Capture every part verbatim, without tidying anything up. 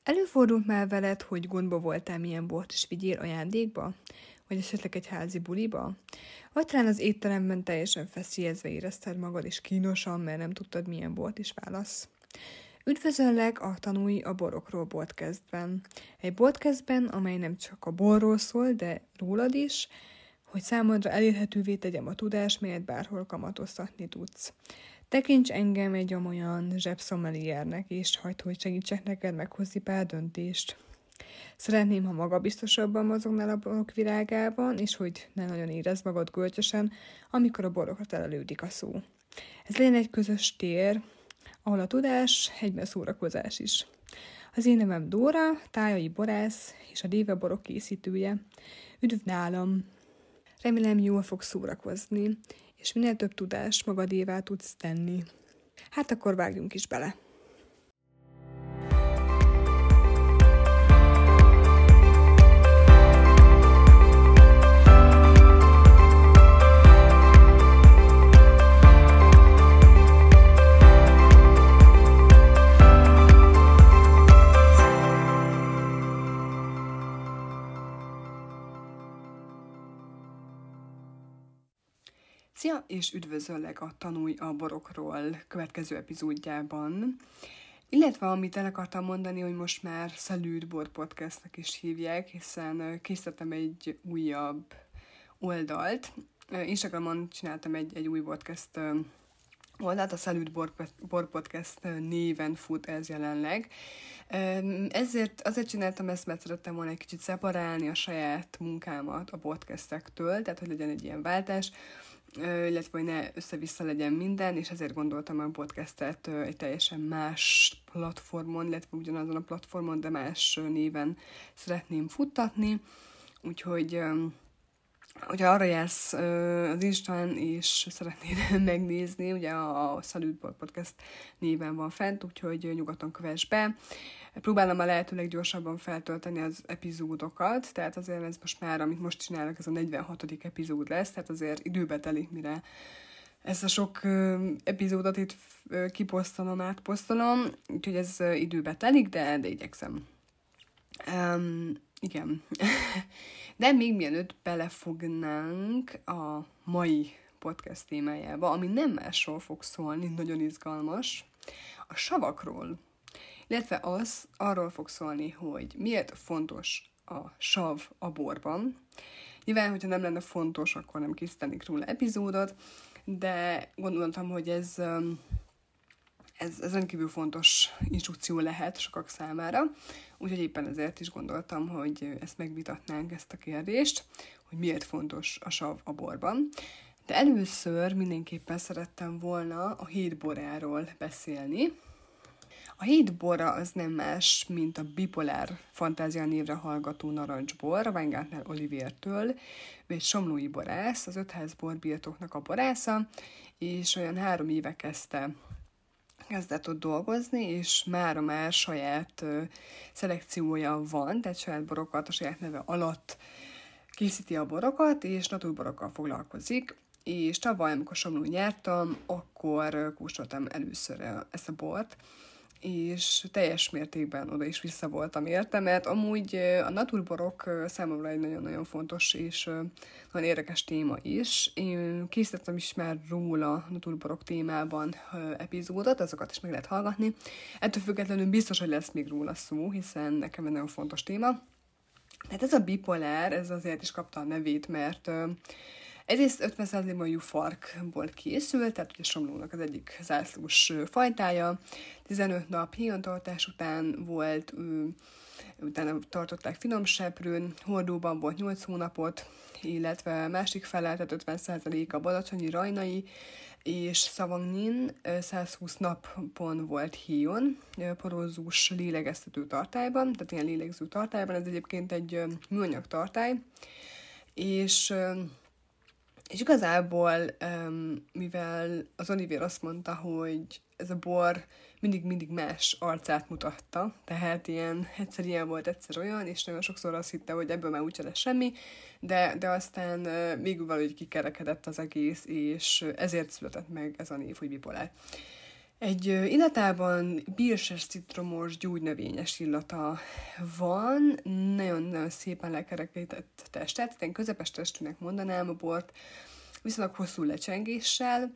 Előfordult már veled, hogy gondba voltál, milyen bort is vigyél ajándékba? Vagy esetleg egy házi buliba? Vagy talán az étteremben teljesen feszélyezve érezted magad, és kínosan, mert nem tudtad, milyen bort is válasz. Üdvözöllek a Tanulj a borokról podcastben. Egy podcastben, amely nem csak a borról szól, de rólad is, hogy számodra elérhetővé tegyem a tudást, melyet bárhol kamatoztatni tudsz. Tekints engem egy olyan zsebszommeliernek, és hagyd, hogy segítsek neked meghozni pár döntést. Szeretném, ha magabiztosabban mozognál a borok virágában, és hogy ne nagyon érezd magad gölcsösen, amikor a borokra telelődik a szó. Ez legyen egy közös tér, ahol a tudás egyben szórakozás is. Az én nevem Dóra, tájai borász és a Déve borok készítője. Üdv nálam! Remélem, jól fogsz szórakozni, és minél több tudást magadévá tudsz tenni. Hát akkor vágjunk is bele! Szia, és üdvözöllek a Tanulj a borokról következő epizódjában. Illetve amit el akartam mondani, hogy most már Salud Bor Podcastnak is hívják, hiszen készítettem egy újabb oldalt. Instagramon csináltam egy, egy új podcast oldalt, a Salud Bor, Bor Podcast néven fut ez jelenleg. Ezért azért csináltam ezt, mert szerettem volna egy kicsit szeparálni a saját munkámat a podcastektől, tehát hogy legyen egy ilyen váltás, illetve hogy ne össze-vissza legyen minden, és ezért gondoltam a podcastet egy teljesen más platformon, illetve ugyanazon a platformon, de más néven szeretném futtatni. Úgyhogy, hogyha arra jársz az Instán, és szeretnéd megnézni, ugye a Salud Bor Podcast néven van fent, úgyhogy nyugodtan kövess be. Próbálom a lehetőleg gyorsabban feltölteni az epizódokat, tehát azért ez most már, amit most csinálok, ez a negyvenhatodik epizód lesz, tehát azért időbe telik, mire ezt a sok epizódot itt kiposztolom, átposztolom, úgyhogy ez időbe telik, de, de igyekszem. Um, igen. De még mielőtt belefognánk a mai podcast témájába, ami nem másról fog szólni, nagyon izgalmas, a savakról. Illetve az arról fog szólni, hogy miért fontos a sav a borban. Nyilván, hogyha nem lenne fontos, akkor nem készítenék róla epizódot, de gondoltam, hogy ez, ez, ez rendkívül fontos instrukció lehet sokak számára, úgyhogy éppen ezért is gondoltam, hogy ezt megvitatnánk, ezt a kérdést, hogy miért fontos a sav a borban. De először mindenképpen szerettem volna a hét boráról beszélni. A hét bora az nem más, mint a bipolár fantázia névre hallgató narancsbor, a Weingartner Olivértől, ő egy somlói borász, az Ötház borbirtoknak a borásza, és olyan három éve kezdte kezdett ott dolgozni, és mára már saját uh, szelekciója van, tehát saját borokat a saját neve alatt készíti a borokat, és naturborokkal foglalkozik, és tavaly, amikor somlón jártam, akkor uh, kóstoltam először ezt a bort, és teljes mértékben oda is vissza voltam érte, mert amúgy a naturborok számomra egy nagyon-nagyon fontos és nagyon érdekes téma is. Én készítettem is már róla naturborok témában epizódot, azokat is meg lehet hallgatni. Ettől függetlenül biztos, hogy lesz még róla szó, hiszen nekem egy nagyon fontos téma. Tehát ez a bipolár, ez azért is kapta a nevét, mert egyrészt ötven százalékban jufarkból készült, tehát ugye somlónak az egyik zászlós fajtája. tizenöt nap híjontartás után volt, utána tartották finom seprőn, hordóban volt nyolc hónapot, illetve másik fele, tehát ötven százalék a badacsonyi rajnai, és Savagnin százhúsz napon volt híjon, porózus lélegeztető tartályban, tehát ilyen lélegző tartályban, ez egyébként egy műanyag tartály, és És igazából, mivel az Olivier azt mondta, hogy ez a bor mindig-mindig más arcát mutatta, tehát ilyen egyszer ilyen volt, egyszer olyan, és nagyon sokszor azt hitte, hogy ebből már úgyse lesz semmi, de, de aztán még valahogy kikerekedett az egész, és ezért született meg ez a név, hogy bipolár. Egy illatában bírses citromos gyógynövényes illata van, nagyon-nagyon szépen lekerekített testet, én közepes testűnek mondanám a bort, viszonylag hosszú lecsengéssel,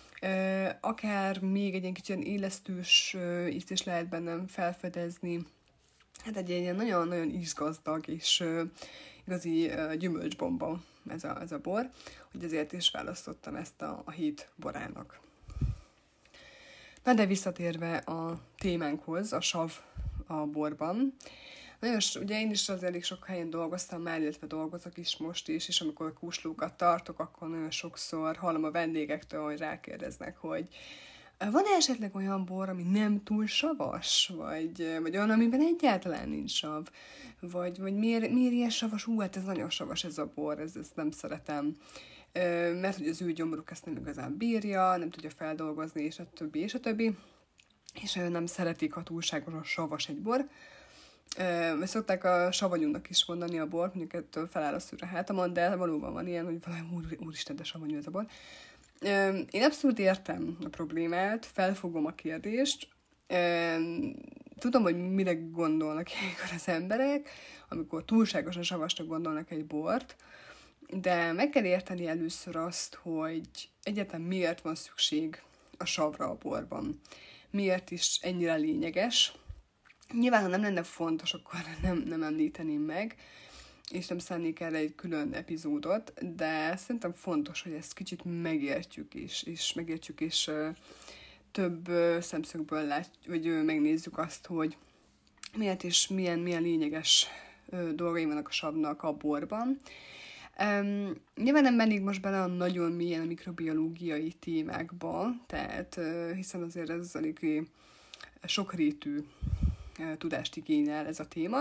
akár még egy ilyen kicsit illesztős ízt is lehet bennem felfedezni. Hát egy ilyen nagyon-nagyon ízgazdag és igazi gyümölcsbomba ez a, ez a bor, hogy ezért is választottam ezt a, a hét borának. Na de visszatérve a témánkhoz, a sav a borban. Nagyon, ugye én is az elég sok helyen dolgoztam már, illetve dolgozok is most is, és amikor kúslókat tartok, akkor nagyon sokszor hallom a vendégektől, hogy rákérdeznek, hogy van-e esetleg olyan bor, ami nem túl savas? Vagy, vagy olyan, amiben egyáltalán nincs sav? Vagy, vagy miért, miért ilyen savas? Hú, hát ez nagyon savas ez a bor, ez, ezt nem szeretem. Mert hogy az ő gyomruk ezt nem igazán bírja, nem tudja feldolgozni, és a többi, és a többi. És nem szeretik, ha túlságosan savas egy bor. Mert szokták a savanyúnak is mondani a bort, mondjuk ettől feláll a szűr a hátamon, de valóban van ilyen, hogy valami úr, úristen, de savanyú ez a bor. Én abszolút értem a problémát, felfogom a kérdést, tudom, hogy mire gondolnak ilyenkor az emberek, amikor túlságosan savasnak gondolnak egy bort, de meg kell érteni először azt, hogy egyáltalán miért van szükség a savra a borban. Miért is ennyire lényeges. Nyilván, ha nem lenne fontos, akkor nem, nem említeném meg, és nem szánnék erre egy külön epizódot, de szerintem fontos, hogy ezt kicsit megértjük is, és megértjük, és uh, több uh, szemszögből látjuk, vagy uh, megnézzük azt, hogy miért és milyen, milyen lényeges uh, dolgai vannak a savnak a borban. Um, nyilván nem mennék most bele a nagyon mélyen a mikrobiológiai témákba, tehát uh, hiszen azért ez elég sokrétű uh, tudást igényel ez a téma,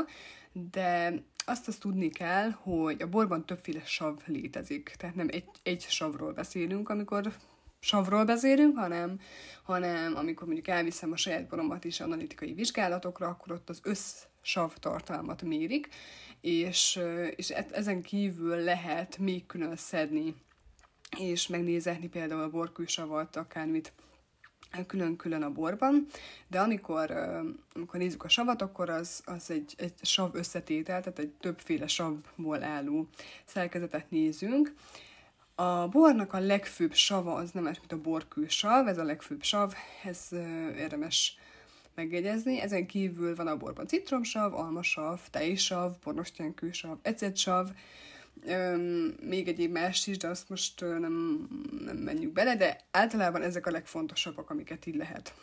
de azt azt tudni kell, hogy a borban többféle sav létezik, tehát nem egy, egy savról beszélünk, amikor savról beszélünk, hanem, hanem amikor mondjuk elviszem a saját boromat is analitikai vizsgálatokra, akkor ott az össz sav tartalmat mérik, és, és ezen kívül lehet még külön szedni, és megnézetni például a borkősavat, akármit külön-külön a borban, de amikor, amikor nézzük a savat, akkor az, az egy, egy sav összetétel, tehát egy többféle savból álló szerkezetet nézünk. A bornak a legfőbb sava az nem más, mint a borkősav, ez a legfőbb sav, ez érdemes megjegyezni. Ezen kívül van a borban citromsav, almasav, tejsav, borostyánkősav, ecetsav, Öm, még egyéb más is, de azt most ö, nem, nem menjünk bele, de általában ezek a legfontosabbak, amiket így lehet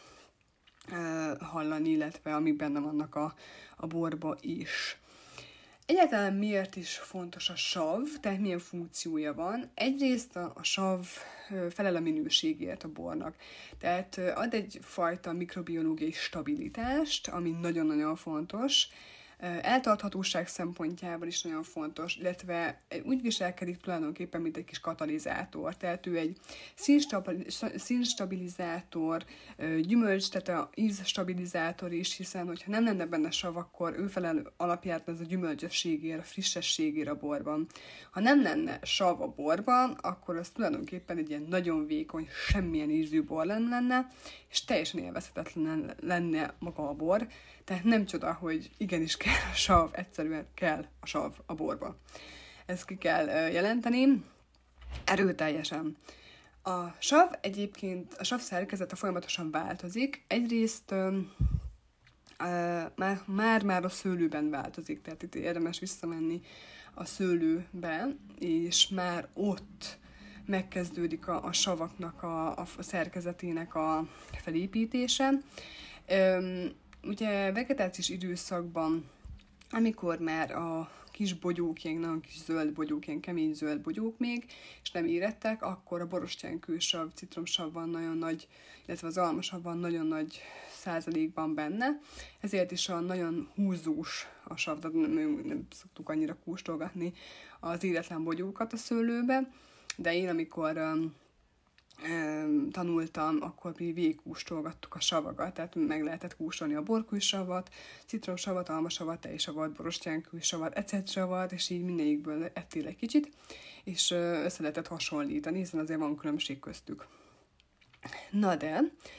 ö, hallani, illetve amik benne vannak a, a borba is. Egyáltalán miért is fontos a sav, tehát milyen funkciója van? Egyrészt a, a sav ö, felel a minőségért a bornak, tehát ö, ad egyfajta mikrobiológiai stabilitást, ami nagyon-nagyon fontos, eltarthatóság szempontjából is nagyon fontos, illetve úgy viselkedik tulajdonképpen, mint egy kis katalizátor. Tehát ő egy színstabilizátor, gyümölcs, tehát a ízstabilizátor is, hiszen hogyha nem lenne benne sav, akkor ő felel alapját ez a gyümölcsösségére, a frissességére a borban. Ha nem lenne sav a borban, akkor az tulajdonképpen egy ilyen nagyon vékony, semmilyen ízű bor lenne, és teljesen élvezhetetlen lenne maga a bor. Tehát nem csoda, hogy igenis kell a sav, egyszerűen kell a sav a borba. Ezt ki kell jelenteni erőteljesen. A sav egyébként, a sav szerkezete folyamatosan változik. Egyrészt ö, ö, már, már a szőlőben változik, tehát itt érdemes visszamenni a szőlőbe, és már ott megkezdődik a, a savaknak a, a szerkezetének a felépítése. Ö, Ugye vegetációs időszakban, amikor már a kis bogyók, ilyen nagyon kis zöld bogyók, ilyen kemény zöld bogyók még, és nem érettek, akkor a borostyánkősav, citromsav van nagyon nagy, illetve az almasav van nagyon nagy százalékban benne, ezért is a nagyon húzós a sav, de nem, nem szoktuk annyira kóstolgatni az éretlen bogyókat a szőlőbe, de én amikor um, tanultam, akkor mi végigkóstolgattuk a savakat, tehát meg lehetett kóstolni a borkősavat, citromsavat, almasavat, tejsavat, borostyánkősavat, ecetsavat, és így mindegyikből ettél egy kicsit, és össze lehetett hasonlítani, hiszen azért van különbség köztük. Na de,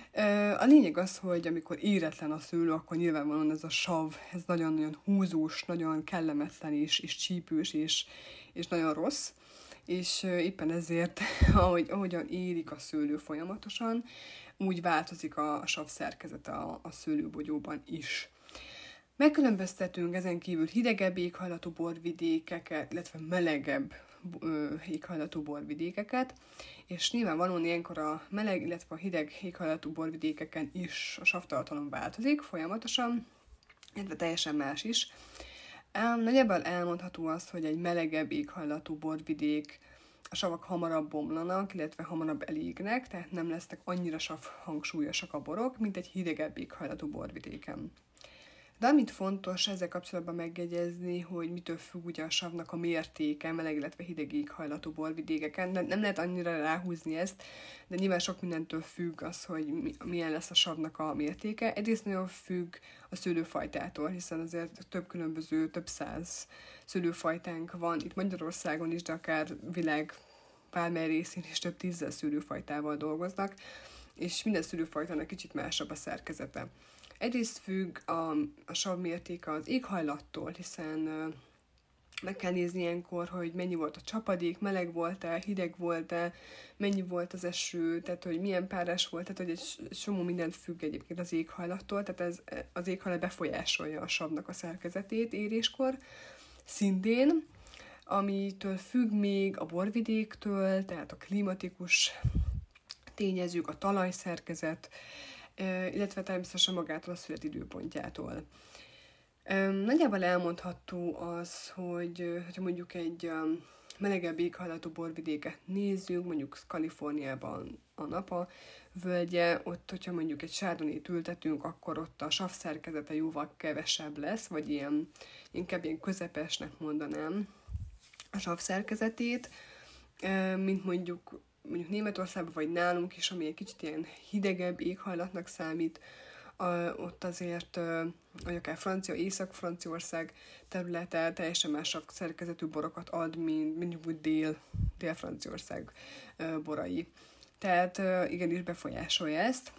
A lényeg az, hogy amikor éretlen a szőlő, akkor nyilvánvalóan ez a sav, ez nagyon-nagyon húzós, nagyon kellemetlen és, és csípős, és, és nagyon rossz. És éppen ezért, ahogy, ahogyan érik a szőlő folyamatosan, úgy változik a, a sav szerkezete a, a szőlőbogyóban is. Megkülönböztetünk ezen kívül hidegebb éghajlatú borvidékeket, illetve melegebb ö, éghajlatú borvidékeket, és nyilvánvalóan ilyenkor a meleg, illetve a hideg éghajlatú borvidékeken is a savtartalom változik folyamatosan, illetve teljesen más is. Nagyjából elmondható az, hogy egy melegebb éghajlatú borvidék a savak hamarabb bomlanak, illetve hamarabb elégnek, tehát nem lesznek annyira sav hangsúlyosak a borok, mint egy hidegebb éghajlatú borvidéken. De amit fontos ezzel kapcsolatban megjegyezni, hogy mitől függ ugye a savnak a mértéke, meleg, illetve hideg éghajlatú borvidékeken. De nem lehet annyira ráhúzni ezt, de nyilván sok mindentől függ az, hogy milyen lesz a savnak a mértéke. Egyrészt nagyon függ a szőlőfajtától, hiszen azért több különböző, több száz szőlőfajtánk van itt Magyarországon is, de akár világ bármely részén is több tízzel szőlőfajtával dolgoznak, és minden szőlőfajtának kicsit másabb a szerkezete. Egyrészt függ a, a sav mértéke az éghajlattól, hiszen uh, meg kell nézni ilyenkor, hogy mennyi volt a csapadék, meleg volt-e, hideg volt-e, mennyi volt az eső, tehát hogy milyen párás volt, tehát hogy egy csomó mindent függ egyébként az éghajlattól, tehát ez, az éghajlat befolyásolja a savnak a szerkezetét éréskor. Szintén, amitől függ még a borvidéktől, tehát a klimatikus tényezők, a talajszerkezet, illetve természetesen magától a születidőpontjától. Nagyjából elmondható az, hogy ha mondjuk egy melegebb éghajlatú borvidéket nézzük, mondjuk Kaliforniában a Napa völgye, ott, hogyha mondjuk egy sárdonét ültetünk, akkor ott a sav szerkezete jóval kevesebb lesz, vagy ilyen, inkább ilyen közepesnek mondanám a sav szerkezetét, mint mondjuk mondjuk Németországban, vagy nálunk is, ami egy kicsit ilyen hidegebb éghajlatnak számít, uh, ott azért, uh, vagy akár Francia, Észak-Franciaország területe teljesen másabb szerkezetű borokat ad, mint mondjuk Dél, Dél-Franciaország uh, borai. Tehát uh, igenis befolyásolja ezt.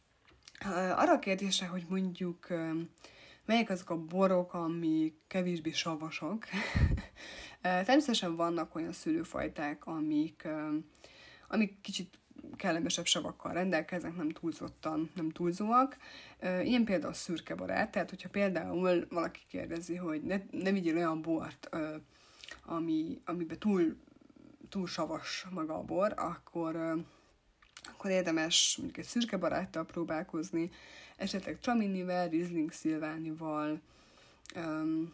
Uh, arra a kérdésre, hogy mondjuk uh, melyek azok a borok, amik kevésbé savasak. Természetesen vannak olyan szőlőfajták, amik uh, amik kicsit kellemesebb savakkal rendelkeznek, nem túlzottan, nem túlzóak. Ilyen például a szürkeborát, tehát hogyha például valaki kérdezi, hogy ne, ne vigyél olyan bort, ami, amiben túl, túl savas maga a bor, akkor, akkor érdemes mondjuk egy szürkebaráttal próbálkozni, esetleg Traminivel, Riesling Szilvánival, um,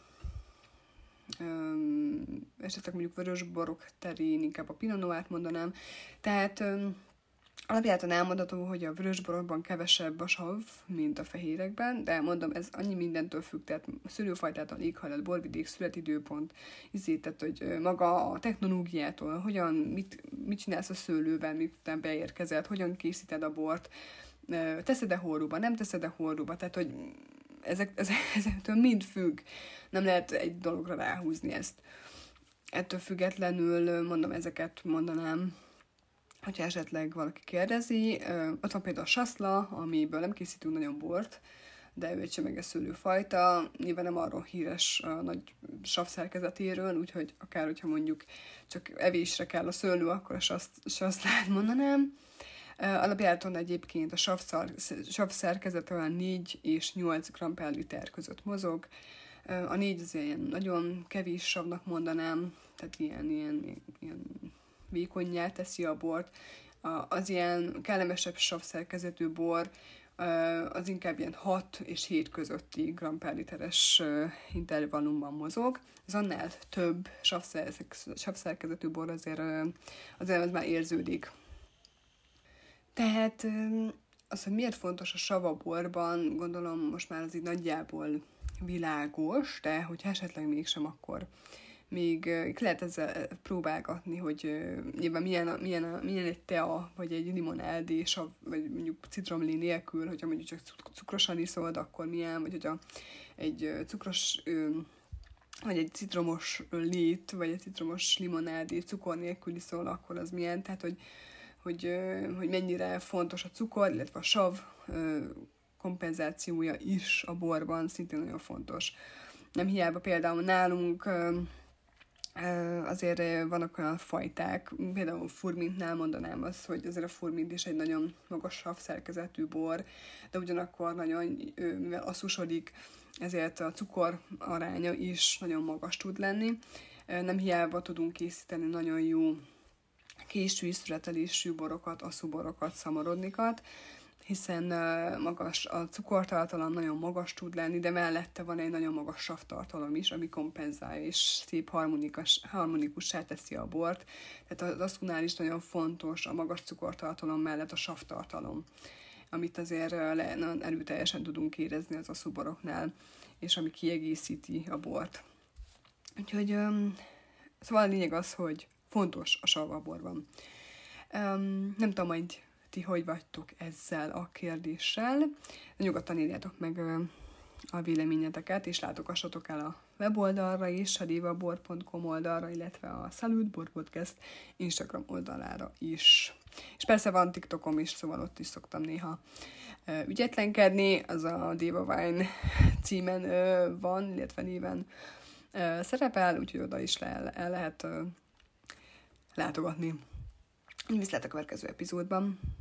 Um, esetleg mondjuk vörös borok terén inkább a Pinot Noirt mondanám. Tehát um, alapjában elmondható, hogy a vörös borokban kevesebb a sav, mint a fehérekben, de mondom, ez annyi mindentől függ, tehát a szőlőfajtától, éghajlat, borvidék, születidőpont, izé, tehát hogy maga a technológiától, hogyan, mit, mit csinálsz a szőlővel, miután beérkezett, hogyan készíted a bort, teszed-e horróba, nem teszed-e horróba, tehát hogy ezek, ezek, ezektől mind függ. Nem lehet egy dologra ráhúzni ezt. Ettől függetlenül, mondom, ezeket mondanám, hogyha esetleg valaki kérdezi. Ott van például a saszla, amiből nem készítünk nagyon bort, de ő egy csemeges szőlőfajta. Nyilván nem arról híres a nagy sav szerkezetéről, úgyhogy akár, hogyha mondjuk csak evésre kell a szőlő, akkor a saszlát mondanám. Alapjáraton egyébként a sav, sav szerkezete olyan négy és nyolc gramm per liter között mozog. A négy az ilyen nagyon kevés savnak mondanám, tehát ilyen, ilyen, ilyen vékonnyá teszi a bort. Az ilyen kellemesebb sav szerkezetű bor az inkább ilyen hat és hét közötti gramm per literes intervallumban mozog. Az annál több sav szerkezetű bor azért, azért az már érződik. Tehát az, hogy miért fontos a sav a borban, gondolom most már az így nagyjából világos, de hogyha esetleg mégsem, akkor még lehet ezzel próbálgatni, hogy nyilván milyen, a, milyen, a, milyen egy tea, vagy egy limonádé, sav, vagy mondjuk citromlé nélkül, hogyha mondjuk csak cukrosan iszod, akkor milyen, vagy hogyha egy cukros, vagy egy citromos lét, vagy egy citromos limonádé cukor nélkül iszol, akkor az milyen, tehát hogy hogy, hogy mennyire fontos a cukor, illetve a sav kompenzációja is a borban, szintén nagyon fontos. Nem hiába például nálunk azért vannak olyan fajták, például furmintnál mondanám azt, hogy azért a furmint is egy nagyon magas sav szerkezetű bor, de ugyanakkor nagyon, mivel asszusodik, ezért a cukor aránya is nagyon magas tud lenni. Nem hiába tudunk készíteni nagyon jó késő születelésű borokat, asszuborokat, szamorodnikat, hiszen magas a cukortartalom nagyon magas tud lenni, de mellette van egy nagyon magas savtartalom is, ami kompenzálja és szép harmonikus, harmonikussá teszi a bort. Tehát az asszunál is nagyon fontos a magas cukortartalom mellett a savtartalom, amit azért erőteljesen tudunk érezni az asszuboroknál, és ami kiegészíti a bort. Úgyhogy szóval a lényeg az, hogy fontos a sav a borban. Nem tudom, majd ti hogy vagytok ezzel a kérdéssel. De nyugodtan írjátok meg a véleményeteket, és látogassatok el a weboldalra is, a divabor pont com oldalra, illetve a Salud Bor Podcast Instagram oldalára is. És persze van TikTokom is, szóval ott is szoktam néha ügyetlenkedni, az a Diva Wine címen van, illetve néven szerepel, úgyhogy oda is le, el lehet látogatni. Viszlát a következő epizódban.